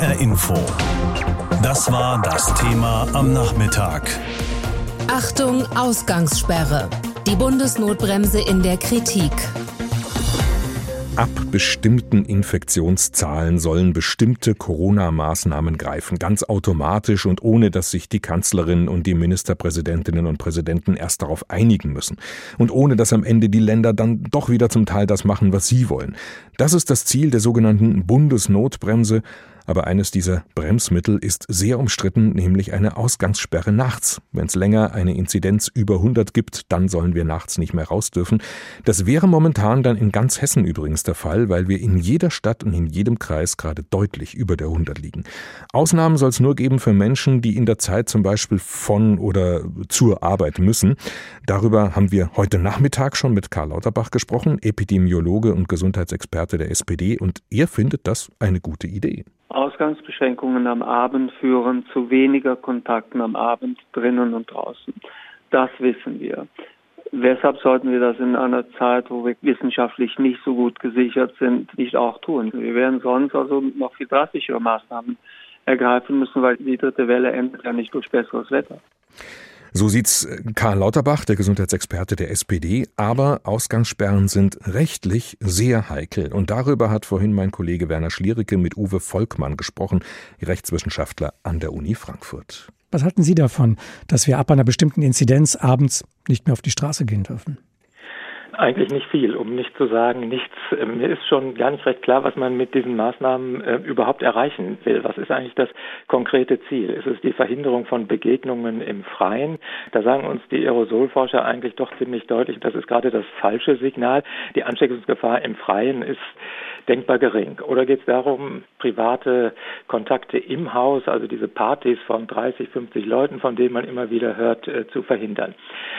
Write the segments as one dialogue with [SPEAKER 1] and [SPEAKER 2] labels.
[SPEAKER 1] HR Info. Das war das Thema am Nachmittag.
[SPEAKER 2] Achtung, Ausgangssperre. Die Bundesnotbremse in der Kritik.
[SPEAKER 3] Ab bestimmten Infektionszahlen sollen bestimmte Corona-Maßnahmen greifen, ganz automatisch und ohne, dass sich die Kanzlerin und die Ministerpräsidentinnen und Präsidenten erst darauf einigen müssen. Und ohne, dass am Ende die Länder dann doch wieder zum Teil das machen, was sie wollen. Das ist das Ziel der sogenannten Bundesnotbremse. Aber eines dieser Bremsmittel ist sehr umstritten, nämlich eine Ausgangssperre nachts. Wenn es länger eine Inzidenz über 100 gibt, dann sollen wir nachts nicht mehr raus dürfen. Das wäre momentan dann in ganz Hessen übrigens der Fall, weil wir in jeder Stadt und in jedem Kreis gerade deutlich über der 100 liegen. Ausnahmen soll es nur geben für Menschen, die in der Zeit zum Beispiel von oder zur Arbeit müssen. Darüber haben wir heute Nachmittag schon mit Karl Lauterbach gesprochen, Epidemiologe und Gesundheitsexperte der SPD, und er findet das eine gute Idee.
[SPEAKER 4] Ausgangsbeschränkungen am Abend führen zu weniger Kontakten am Abend drinnen und draußen. Das wissen wir. Weshalb sollten wir das in einer Zeit, wo wir wissenschaftlich nicht so gut gesichert sind, nicht auch tun? Wir werden sonst also noch viel drastischere Maßnahmen ergreifen müssen, weil die dritte Welle endet ja nicht durch besseres Wetter.
[SPEAKER 3] So sieht's Karl Lauterbach, der Gesundheitsexperte der SPD. Aber Ausgangssperren sind rechtlich sehr heikel. Und darüber hat vorhin mein Kollege Werner Schliericke mit Uwe Volkmann gesprochen, Rechtswissenschaftler an der Uni Frankfurt.
[SPEAKER 5] Was halten Sie davon, dass wir ab einer bestimmten Inzidenz abends nicht mehr auf die Straße gehen dürfen?
[SPEAKER 6] Eigentlich nicht viel, um nicht zu sagen nichts. Mir ist schon gar nicht recht klar, was man mit diesen Maßnahmen überhaupt erreichen will. Was ist eigentlich das konkrete Ziel? Ist es die Verhinderung von Begegnungen im Freien? Da sagen uns die Aerosolforscher eigentlich doch ziemlich deutlich, das ist gerade das falsche Signal. Die Ansteckungsgefahr im Freien ist denkbar gering. Oder geht es darum, private Kontakte im Haus, also diese Partys von 30, 50 Leuten, von denen man immer wieder hört, zu verhindern?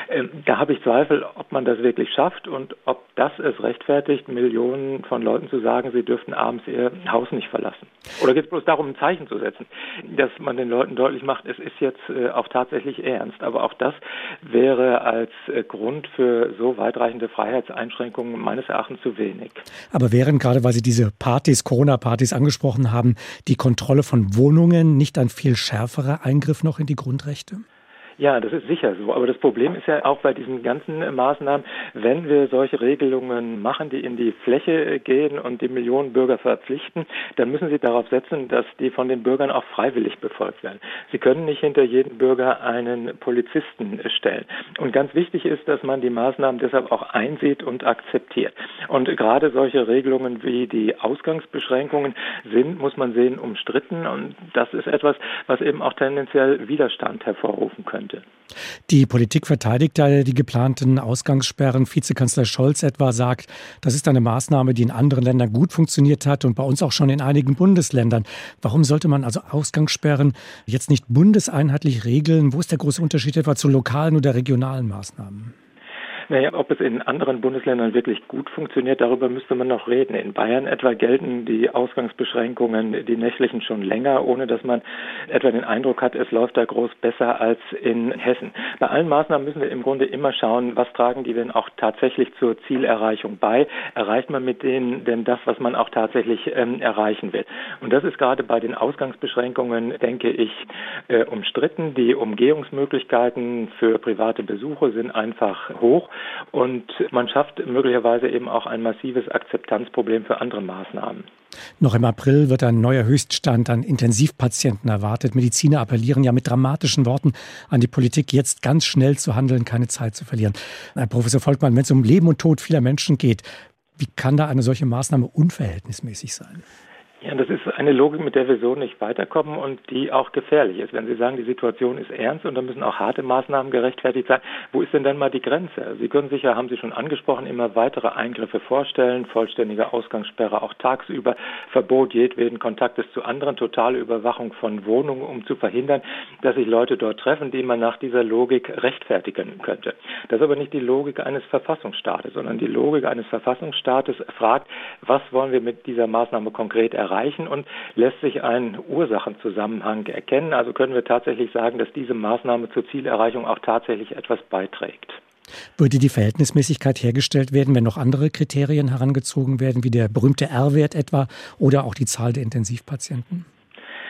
[SPEAKER 6] Da habe ich Zweifel, ob man das wirklich schafft und ob das es rechtfertigt, Millionen von Leuten zu sagen, sie dürften abends ihr Haus nicht verlassen. Oder geht es bloß darum, ein Zeichen zu setzen, dass man den Leuten deutlich macht, es ist jetzt auch tatsächlich ernst. Aber auch das wäre als Grund für so weitreichende Freiheitseinschränkungen meines Erachtens zu wenig.
[SPEAKER 5] Aber wären gerade, weil Sie diese Partys, Corona-Partys angesprochen haben, die Kontrolle von Wohnungen nicht ein viel schärferer Eingriff noch in die Grundrechte?
[SPEAKER 6] Ja, das ist sicher so. Aber das Problem ist ja auch bei diesen ganzen Maßnahmen, wenn wir solche Regelungen machen, die in die Fläche gehen und die Millionen Bürger verpflichten, dann müssen sie darauf setzen, dass die von den Bürgern auch freiwillig befolgt werden. Sie können nicht hinter jeden Bürger einen Polizisten stellen. Und ganz wichtig ist, dass man die Maßnahmen deshalb auch einsieht und akzeptiert. Und gerade solche Regelungen wie die Ausgangsbeschränkungen sind, muss man sehen, umstritten. Und das ist etwas, was eben auch tendenziell Widerstand hervorrufen könnte.
[SPEAKER 5] Die Politik verteidigt ja die geplanten Ausgangssperren. Vizekanzler Scholz etwa sagt, das ist eine Maßnahme, die in anderen Ländern gut funktioniert hat und bei uns auch schon in einigen Bundesländern. Warum sollte man also Ausgangssperren jetzt nicht bundeseinheitlich regeln? Wo ist der große Unterschied etwa zu lokalen oder regionalen Maßnahmen?
[SPEAKER 6] Naja, ob es in anderen Bundesländern wirklich gut funktioniert, darüber müsste man noch reden. In Bayern etwa gelten die Ausgangsbeschränkungen, die nächtlichen, schon länger, ohne dass man etwa den Eindruck hat, es läuft da groß besser als in Hessen. Bei allen Maßnahmen müssen wir im Grunde immer schauen, was tragen die denn auch tatsächlich zur Zielerreichung bei? Erreicht man mit denen denn das, was man auch tatsächlich erreichen will? Und das ist gerade bei den Ausgangsbeschränkungen, denke ich, umstritten. Die Umgehungsmöglichkeiten für private Besuche sind einfach hoch. Und man schafft möglicherweise eben auch ein massives Akzeptanzproblem für andere Maßnahmen.
[SPEAKER 5] Noch im April wird ein neuer Höchststand an Intensivpatienten erwartet. Mediziner appellieren ja mit dramatischen Worten an die Politik, jetzt ganz schnell zu handeln, keine Zeit zu verlieren. Herr Professor Volkmann, wenn es um Leben und Tod vieler Menschen geht, wie kann da eine solche Maßnahme unverhältnismäßig sein?
[SPEAKER 6] Ja, das ist eine Logik, mit der wir so nicht weiterkommen und die auch gefährlich ist. Wenn Sie sagen, die Situation ist ernst und da müssen auch harte Maßnahmen gerechtfertigt sein, wo ist denn dann mal die Grenze? Sie können sich ja, haben Sie schon angesprochen, immer weitere Eingriffe vorstellen, vollständige Ausgangssperre auch tagsüber, Verbot jedweden Kontaktes zu anderen, totale Überwachung von Wohnungen, um zu verhindern, dass sich Leute dort treffen, die man nach dieser Logik rechtfertigen könnte. Das ist aber nicht die Logik eines Verfassungsstaates, sondern die Logik eines Verfassungsstaates fragt, was wollen wir mit dieser Maßnahme konkret erreichen und lässt sich ein Ursachenzusammenhang erkennen. Also können wir tatsächlich sagen, dass diese Maßnahme zur Zielerreichung auch tatsächlich etwas beiträgt.
[SPEAKER 5] Würde die Verhältnismäßigkeit hergestellt werden, wenn noch andere Kriterien herangezogen werden, wie der berühmte R-Wert etwa oder auch die Zahl der Intensivpatienten?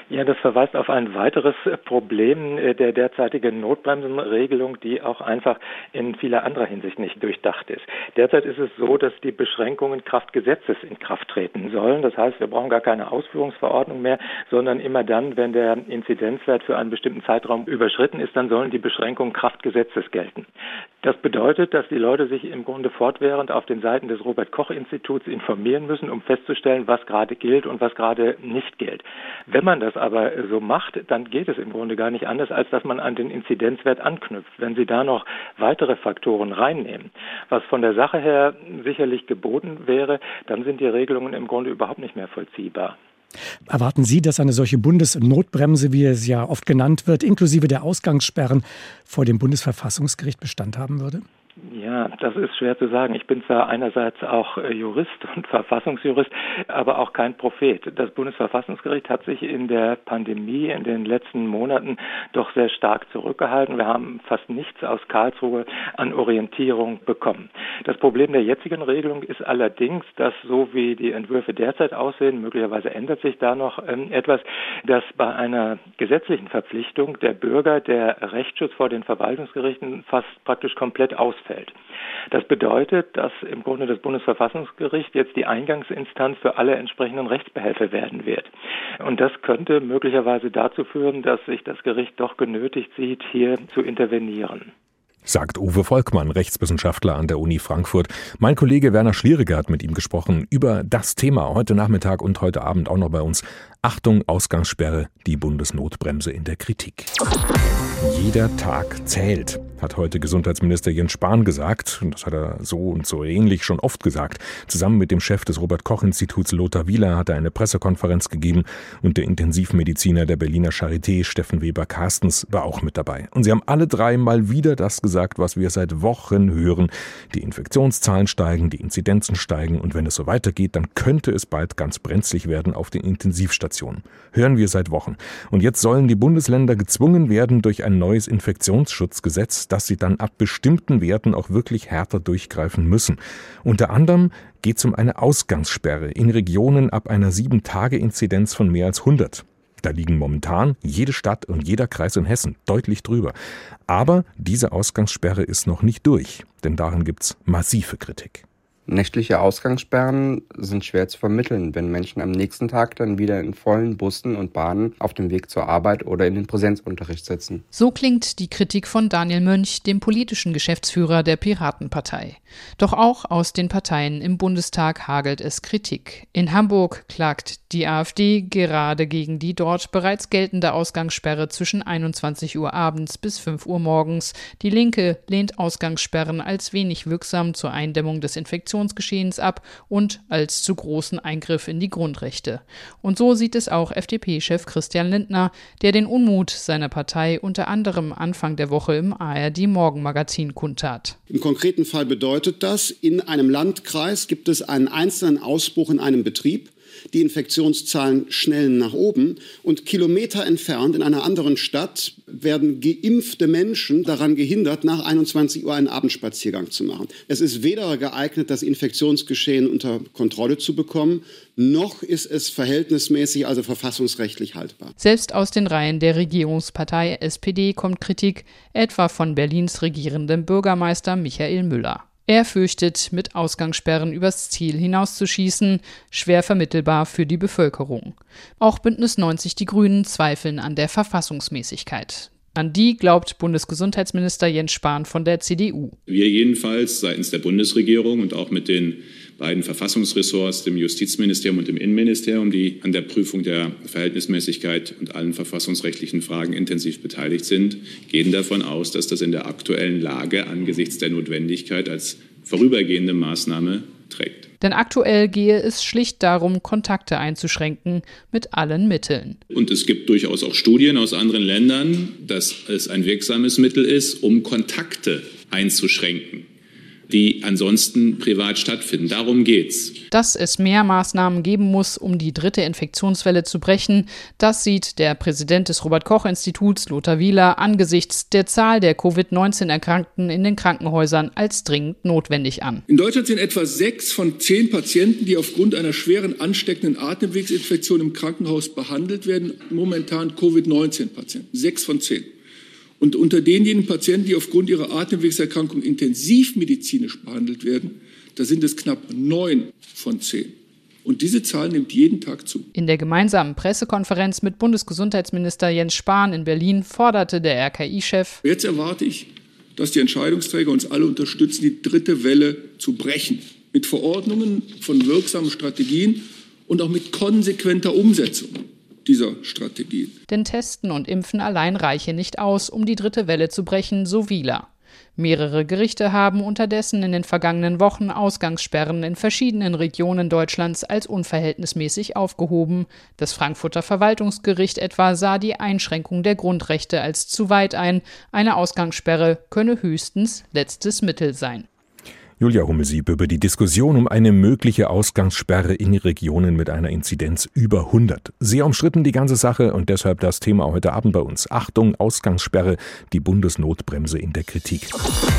[SPEAKER 6] Ja, das verweist auf ein weiteres Problem der derzeitigen Notbremsenregelung, die auch einfach in vieler anderer Hinsicht nicht durchdacht ist. Derzeit ist es so, dass die Beschränkungen Kraft Gesetzes in Kraft treten sollen. Das heißt, wir brauchen gar keine Ausführungsverordnung mehr, sondern immer dann, wenn der Inzidenzwert für einen bestimmten Zeitraum überschritten ist, dann sollen die Beschränkungen Kraft Gesetzes gelten. Das bedeutet, dass die Leute sich im Grunde fortwährend auf den Seiten des Robert-Koch-Instituts informieren müssen, um festzustellen, was gerade gilt und was gerade nicht gilt. Wenn man das aber so macht, dann geht es im Grunde gar nicht anders, als dass man an den Inzidenzwert anknüpft. Wenn Sie da noch weitere Faktoren reinnehmen, was von der Sache her sicherlich geboten wäre, dann sind die Regelungen im Grunde überhaupt nicht mehr vollziehbar.
[SPEAKER 5] Erwarten Sie, dass eine solche Bundesnotbremse, wie es ja oft genannt wird, inklusive der Ausgangssperren vor dem Bundesverfassungsgericht Bestand haben würde?
[SPEAKER 6] Ja, das ist schwer zu sagen. Ich bin zwar einerseits auch Jurist und Verfassungsjurist, aber auch kein Prophet. Das Bundesverfassungsgericht hat sich in der Pandemie in den letzten Monaten doch sehr stark zurückgehalten. Wir haben fast nichts aus Karlsruhe an Orientierung bekommen. Das Problem der jetzigen Regelung ist allerdings, dass so wie die Entwürfe derzeit aussehen, möglicherweise ändert sich da noch etwas, dass bei einer gesetzlichen Verpflichtung der Bürger der Rechtsschutz vor den Verwaltungsgerichten fast praktisch komplett ausfällt. Das bedeutet, dass im Grunde das Bundesverfassungsgericht jetzt die Eingangsinstanz für alle entsprechenden Rechtsbehelfe werden wird. Und das könnte möglicherweise dazu führen, dass sich das Gericht doch genötigt sieht, hier zu intervenieren.
[SPEAKER 3] Sagt Uwe Volkmann, Rechtswissenschaftler an der Uni Frankfurt. Mein Kollege Werner Schlierige hat mit ihm gesprochen über das Thema heute Nachmittag und heute Abend auch noch bei uns. Achtung, Ausgangssperre, die Bundesnotbremse in der Kritik. Jeder Tag zählt, hat heute Gesundheitsminister Jens Spahn gesagt. Und das hat er so und so ähnlich schon oft gesagt. Zusammen mit dem Chef des Robert-Koch-Instituts Lothar Wieler hat er eine Pressekonferenz gegeben. Und der Intensivmediziner der Berliner Charité, Steffen Weber-Carstens, war auch mit dabei. Und sie haben alle drei mal wieder das gesagt, was wir seit Wochen hören. Die Infektionszahlen steigen, die Inzidenzen steigen. Und wenn es so weitergeht, dann könnte es bald ganz brenzlig werden auf den Intensivstationen. Hören wir seit Wochen. Und jetzt sollen die Bundesländer gezwungen werden durch ein neues Infektionsschutzgesetz, dass sie dann ab bestimmten Werten auch wirklich härter durchgreifen müssen. Unter anderem geht es um eine Ausgangssperre in Regionen ab einer 7-Tage-Inzidenz von mehr als 100. Da liegen momentan jede Stadt und jeder Kreis in Hessen deutlich drüber. Aber diese Ausgangssperre ist noch nicht durch, denn daran gibt's massive Kritik.
[SPEAKER 7] Nächtliche Ausgangssperren sind schwer zu vermitteln, wenn Menschen am nächsten Tag dann wieder in vollen Bussen und Bahnen auf dem Weg zur Arbeit oder in den Präsenzunterricht sitzen.
[SPEAKER 8] So klingt die Kritik von Daniel Mönch, dem politischen Geschäftsführer der Piratenpartei. Doch auch aus den Parteien im Bundestag hagelt es Kritik. In Hamburg klagt die AfD gerade gegen die dort bereits geltende Ausgangssperre zwischen 21 Uhr abends bis 5 Uhr morgens. Die Linke lehnt Ausgangssperren als wenig wirksam zur Eindämmung des Infektionsgeschehens ab und als zu großen Eingriff in die Grundrechte. Und so sieht es auch FDP-Chef Christian Lindner, der den Unmut seiner Partei unter anderem Anfang der Woche im ARD-Morgenmagazin kundtat.
[SPEAKER 9] Im konkreten Fall bedeutet das, in einem Landkreis gibt es einen einzelnen Ausbruch in einem Betrieb. Die Infektionszahlen schnellen nach oben und Kilometer entfernt in einer anderen Stadt werden geimpfte Menschen daran gehindert, nach 21 Uhr einen Abendspaziergang zu machen. Es ist weder geeignet, das Infektionsgeschehen unter Kontrolle zu bekommen, noch ist es verhältnismäßig, also verfassungsrechtlich haltbar.
[SPEAKER 8] Selbst aus den Reihen der Regierungspartei SPD kommt Kritik, etwa von Berlins regierendem Bürgermeister Michael Müller. Er fürchtet, mit Ausgangssperren übers Ziel hinauszuschießen, schwer vermittelbar für die Bevölkerung. Auch Bündnis 90 Die Grünen zweifeln an der Verfassungsmäßigkeit. An die glaubt Bundesgesundheitsminister Jens Spahn von der CDU.
[SPEAKER 10] Wir jedenfalls seitens der Bundesregierung und auch mit den beiden Verfassungsressorts, dem Justizministerium und dem Innenministerium, die an der Prüfung der Verhältnismäßigkeit und allen verfassungsrechtlichen Fragen intensiv beteiligt sind, gehen davon aus, dass das in der aktuellen Lage angesichts der Notwendigkeit als vorübergehende Maßnahme trägt.
[SPEAKER 8] Denn aktuell gehe es schlicht darum, Kontakte einzuschränken mit allen Mitteln.
[SPEAKER 10] Und es gibt durchaus auch Studien aus anderen Ländern, dass es ein wirksames Mittel ist, um Kontakte einzuschränken. die ansonsten privat stattfinden. Darum geht's.
[SPEAKER 8] Dass es mehr Maßnahmen geben muss, um die dritte Infektionswelle zu brechen, das sieht der Präsident des Robert-Koch-Instituts, Lothar Wieler, angesichts der Zahl der Covid-19-Erkrankten in den Krankenhäusern als dringend notwendig an.
[SPEAKER 11] In Deutschland sind etwa 6 von 10 Patienten, die aufgrund einer schweren ansteckenden Atemwegsinfektion im Krankenhaus behandelt werden, momentan Covid-19-Patienten. 6 von 10. Und unter denjenigen Patienten, die aufgrund ihrer Atemwegserkrankung intensivmedizinisch behandelt werden, da sind es knapp 9 von 10. Und diese Zahl nimmt jeden Tag zu.
[SPEAKER 8] In der gemeinsamen Pressekonferenz mit Bundesgesundheitsminister Jens Spahn in Berlin forderte der RKI-Chef:
[SPEAKER 11] Jetzt erwarte ich, dass die Entscheidungsträger uns alle unterstützen, die dritte Welle zu brechen. Mit Verordnungen von wirksamen Strategien und auch mit konsequenter Umsetzung dieser Strategien.
[SPEAKER 8] Denn Testen und Impfen allein reiche nicht aus, um die dritte Welle zu brechen, so Wieler. Mehrere Gerichte haben unterdessen in den vergangenen Wochen Ausgangssperren in verschiedenen Regionen Deutschlands als unverhältnismäßig aufgehoben. Das Frankfurter Verwaltungsgericht etwa sah die Einschränkung der Grundrechte als zu weit ein. Eine Ausgangssperre könne höchstens letztes Mittel sein.
[SPEAKER 3] Julia Hummelsieb über die Diskussion um eine mögliche Ausgangssperre in Regionen mit einer Inzidenz über 100. Sehr umstritten die ganze Sache und deshalb das Thema heute Abend bei uns. Achtung, Ausgangssperre, die Bundesnotbremse in der Kritik.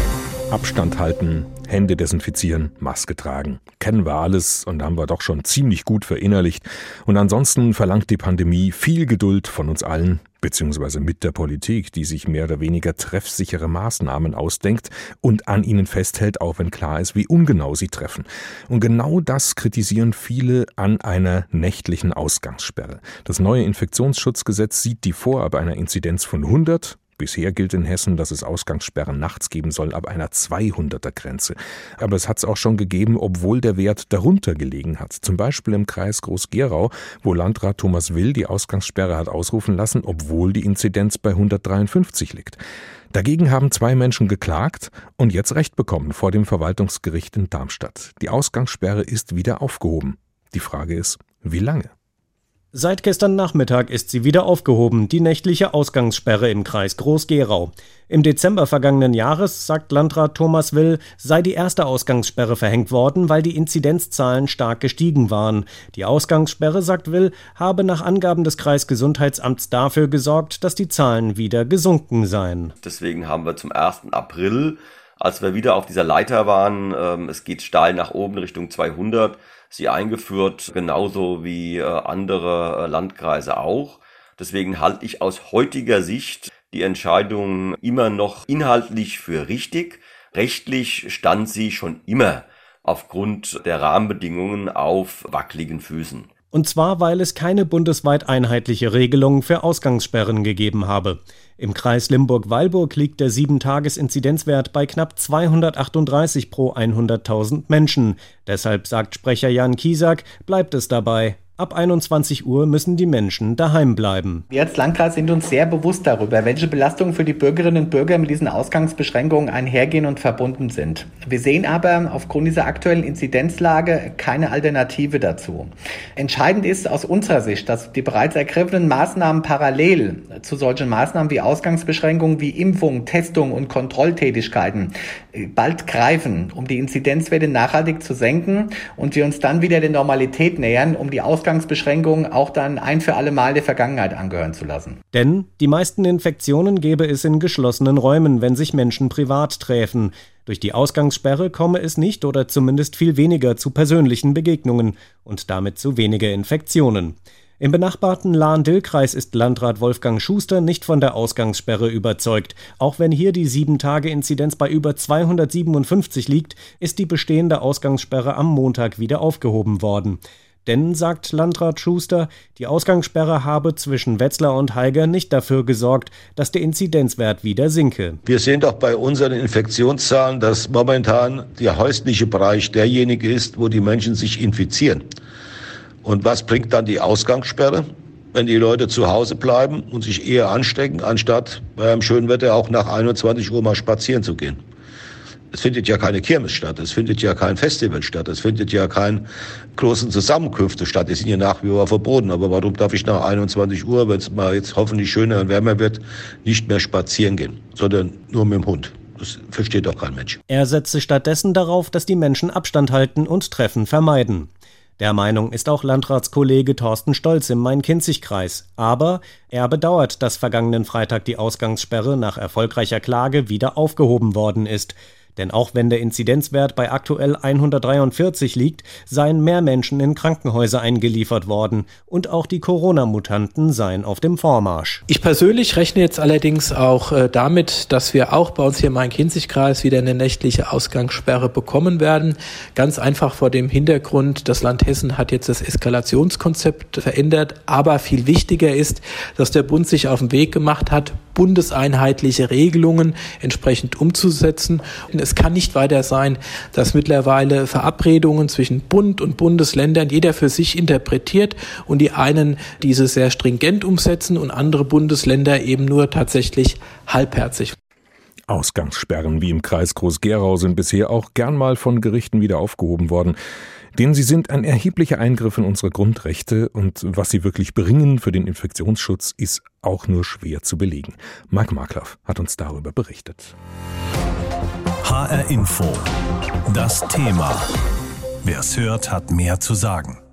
[SPEAKER 3] Abstand halten, Hände desinfizieren, Maske tragen. Kennen wir alles und haben wir doch schon ziemlich gut verinnerlicht. Und ansonsten verlangt die Pandemie viel Geduld von uns allen, beziehungsweise mit der Politik, die sich mehr oder weniger treffsichere Maßnahmen ausdenkt und an ihnen festhält, auch wenn klar ist, wie ungenau sie treffen. Und genau das kritisieren viele an einer nächtlichen Ausgangssperre. Das neue Infektionsschutzgesetz sieht die vor ab einer Inzidenz von 100. Bisher gilt in Hessen, dass es Ausgangssperren nachts geben soll, ab einer 200er-Grenze. Aber es hat es auch schon gegeben, obwohl der Wert darunter gelegen hat. Zum Beispiel im Kreis Groß-Gerau, wo Landrat Thomas Will die Ausgangssperre hat ausrufen lassen, obwohl die Inzidenz bei 153 liegt. Dagegen haben 2 Menschen geklagt und jetzt Recht bekommen vor dem Verwaltungsgericht in Darmstadt. Die Ausgangssperre ist wieder aufgehoben. Die Frage ist, wie lange?
[SPEAKER 12] Seit gestern Nachmittag ist sie wieder aufgehoben, die nächtliche Ausgangssperre im Kreis Groß-Gerau. Im Dezember vergangenen Jahres, sagt Landrat Thomas Will, sei die erste Ausgangssperre verhängt worden, weil die Inzidenzzahlen stark gestiegen waren. Die Ausgangssperre, sagt Will, habe nach Angaben des Kreisgesundheitsamts dafür gesorgt, dass die Zahlen wieder gesunken seien.
[SPEAKER 13] Deswegen haben wir zum 1. April, als wir wieder auf dieser Leiter waren, es geht steil nach oben Richtung 200, sie eingeführt, genauso wie andere Landkreise auch. Deswegen halte ich aus heutiger Sicht die Entscheidung immer noch inhaltlich für richtig. Rechtlich stand sie schon immer aufgrund der Rahmenbedingungen auf wackeligen Füßen.
[SPEAKER 12] Und zwar, weil es keine bundesweit einheitliche Regelung für Ausgangssperren gegeben habe. Im Kreis Limburg-Weilburg liegt der 7-Tages-Inzidenzwert bei knapp 238 pro 100.000 Menschen. Deshalb, sagt Sprecher Jan Kiesak, bleibt es dabei. Ab 21 Uhr müssen die Menschen daheim bleiben.
[SPEAKER 14] Wir als Landkreis sind uns sehr bewusst darüber, welche Belastungen für die Bürgerinnen und Bürger mit diesen Ausgangsbeschränkungen einhergehen und verbunden sind. Wir sehen aber aufgrund dieser aktuellen Inzidenzlage keine Alternative dazu. Entscheidend ist aus unserer Sicht, dass die bereits ergriffenen Maßnahmen parallel zu solchen Maßnahmen wie Ausgangsbeschränkungen, wie Impfung, Testung und Kontrolltätigkeiten bald greifen, um die Inzidenzwerte nachhaltig zu senken und wir uns dann wieder der Normalität nähern, um die Ausgangsbeschränkungen auch dann ein für alle Mal der Vergangenheit angehören zu lassen.
[SPEAKER 12] Denn die meisten Infektionen gäbe es in geschlossenen Räumen, wenn sich Menschen privat träfen. Durch die Ausgangssperre komme es nicht oder zumindest viel weniger zu persönlichen Begegnungen und damit zu weniger Infektionen. Im benachbarten Lahn-Dill-Kreis ist Landrat Wolfgang Schuster nicht von der Ausgangssperre überzeugt. Auch wenn hier die 7-Tage-Inzidenz bei über 257 liegt, ist die bestehende Ausgangssperre am Montag wieder aufgehoben worden. Denn, sagt Landrat Schuster, die Ausgangssperre habe zwischen Wetzlar und Haiger nicht dafür gesorgt, dass der Inzidenzwert wieder sinke.
[SPEAKER 15] Wir sehen doch bei unseren Infektionszahlen, dass momentan der häusliche Bereich derjenige ist, wo die Menschen sich infizieren. Und was bringt dann die Ausgangssperre? Wenn die Leute zu Hause bleiben und sich eher anstecken, anstatt bei einem schönen Wetter auch nach 21 Uhr mal spazieren zu gehen. Es findet ja keine Kirmes statt, es findet ja kein Festival statt, es findet ja keine großen Zusammenkünfte statt. Die sind ja nach wie vor verboten. Aber warum darf ich nach 21 Uhr, wenn es mal jetzt hoffentlich schöner und wärmer wird, nicht mehr spazieren gehen, sondern nur mit dem Hund? Das versteht doch kein Mensch.
[SPEAKER 12] Er setze stattdessen darauf, dass die Menschen Abstand halten und Treffen vermeiden. Der Meinung ist auch Landratskollege Thorsten Stolz im Main-Kinzig-Kreis. Aber er bedauert, dass vergangenen Freitag die Ausgangssperre nach erfolgreicher Klage wieder aufgehoben worden ist. Denn auch wenn der Inzidenzwert bei aktuell 143 liegt, seien mehr Menschen in Krankenhäuser eingeliefert worden. Und auch die Corona-Mutanten seien auf dem Vormarsch.
[SPEAKER 16] Ich persönlich rechne jetzt allerdings auch damit, dass wir auch bei uns hier im Main-Kinzig-Kreis wieder eine nächtliche Ausgangssperre bekommen werden. Ganz einfach vor dem Hintergrund, das Land Hessen hat jetzt das Eskalationskonzept verändert. Aber viel wichtiger ist, dass der Bund sich auf den Weg gemacht hat, bundeseinheitliche Regelungen entsprechend umzusetzen. Und es kann nicht weiter sein, dass mittlerweile Verabredungen zwischen Bund und Bundesländern jeder für sich interpretiert und die einen diese sehr stringent umsetzen und andere Bundesländer eben nur tatsächlich halbherzig.
[SPEAKER 3] Ausgangssperren wie im Kreis Groß-Gerau sind bisher auch gern mal von Gerichten wieder aufgehoben worden. Denn sie sind ein erheblicher Eingriff in unsere Grundrechte und was sie wirklich bringen für den Infektionsschutz, ist auch nur schwer zu belegen. Marc Markloff hat uns darüber berichtet.
[SPEAKER 1] HR Info. Das Thema. Wer es hört, hat mehr zu sagen.